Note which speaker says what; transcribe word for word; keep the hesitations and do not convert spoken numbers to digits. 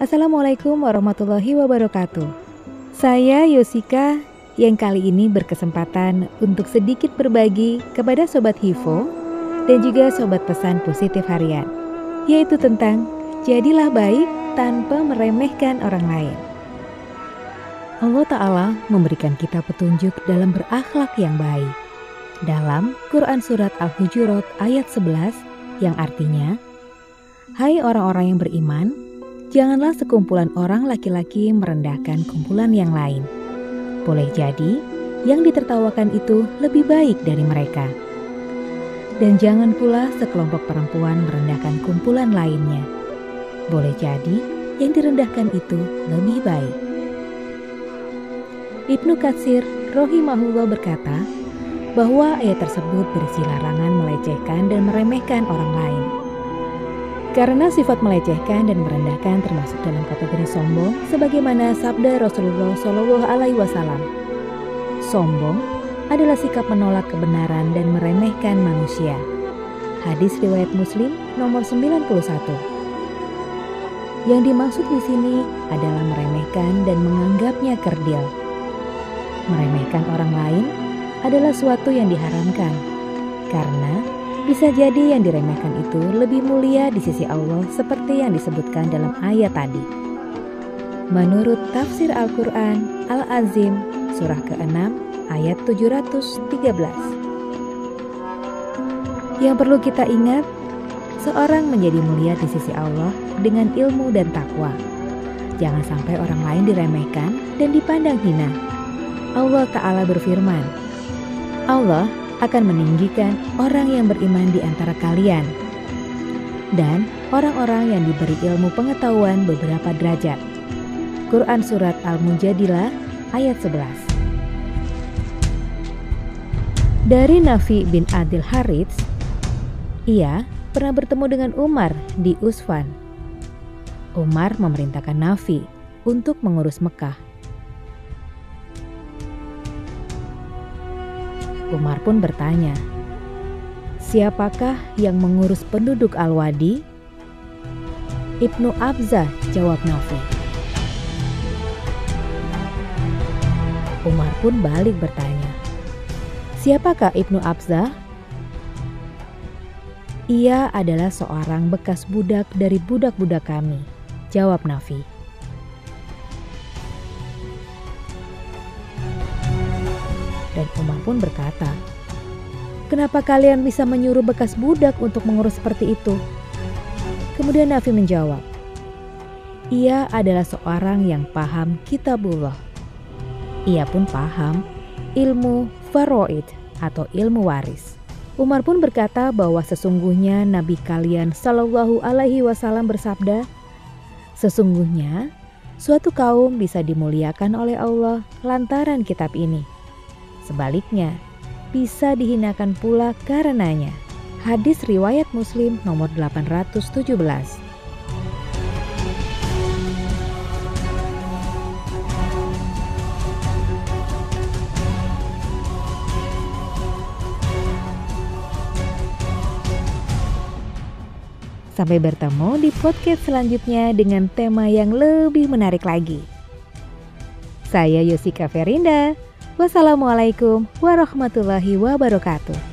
Speaker 1: Assalamualaikum warahmatullahi wabarakatuh. Saya Yosika yang kali ini berkesempatan untuk sedikit berbagi kepada Sobat Hivo dan juga Sobat Pesan Positif Harian, yaitu tentang jadilah baik tanpa meremehkan orang lain. Allah Ta'ala memberikan kita petunjuk dalam berakhlak yang baik. Dalam Quran Surat Al-Hujurat ayat sebelas yang artinya, hai orang-orang yang beriman, janganlah sekumpulan orang laki-laki merendahkan kumpulan yang lain. Boleh jadi yang ditertawakan itu lebih baik dari mereka. Dan jangan pula sekelompok perempuan merendahkan kumpulan lainnya. Boleh jadi yang direndahkan itu lebih baik. Ibnu Katsir rahimahullah berkata bahwa ayat tersebut berisi larangan melecehkan dan meremehkan orang lain. Karena sifat melecehkan dan merendahkan termasuk dalam kategori sombong, sebagaimana sabda Rasulullah shallallahu alaihi wasallam. Sombong adalah sikap menolak kebenaran dan meremehkan manusia. Hadis riwayat Muslim nomor sembilan puluh satu. Yang dimaksud di sini adalah meremehkan dan menganggapnya kerdil. Meremehkan orang lain adalah suatu yang diharamkan, karena bisa jadi yang diremehkan itu lebih mulia di sisi Allah seperti yang disebutkan dalam ayat tadi. Menurut tafsir Al-Quran Al-Azim surah keenam ayat tujuh ratus tiga belas. Yang perlu kita ingat, seorang menjadi mulia di sisi Allah dengan ilmu dan takwa. Jangan sampai orang lain diremehkan dan dipandang hina. Allah Ta'ala berfirman, Allah akan meninggikan orang yang beriman di antara kalian dan orang-orang yang diberi ilmu pengetahuan beberapa derajat. Quran Surat Al-Mujadilah ayat sebelas. Dari Nafi bin Adil Harits, ia pernah bertemu dengan Umar di Usfan. Umar memerintahkan Nafi untuk mengurus Mekah. Umar pun bertanya, siapakah yang mengurus penduduk Al-Wadi? Ibnu Abzah, jawab Nafi. Umar pun balik bertanya, siapakah Ibnu Abzah? Ia adalah seorang bekas budak dari budak-budak kami, jawab Nafi. Dan Umar pun berkata, kenapa kalian bisa menyuruh bekas budak untuk mengurus seperti itu? Kemudian Nafi menjawab, ia adalah seorang yang paham kitabullah. Ia pun paham ilmu faraid atau ilmu waris. Umar pun berkata bahwa sesungguhnya Nabi kalian Shallallahu alaihi wasallam bersabda, sesungguhnya suatu kaum bisa dimuliakan oleh Allah lantaran kitab ini. Sebaliknya, bisa dihinakan pula karenanya. Hadis riwayat Muslim nomor delapan ratus tujuh belas. Sampai bertemu di podcast selanjutnya dengan tema yang lebih menarik lagi. Saya Yosika Ferinda. Wassalamualaikum warahmatullahi wabarakatuh.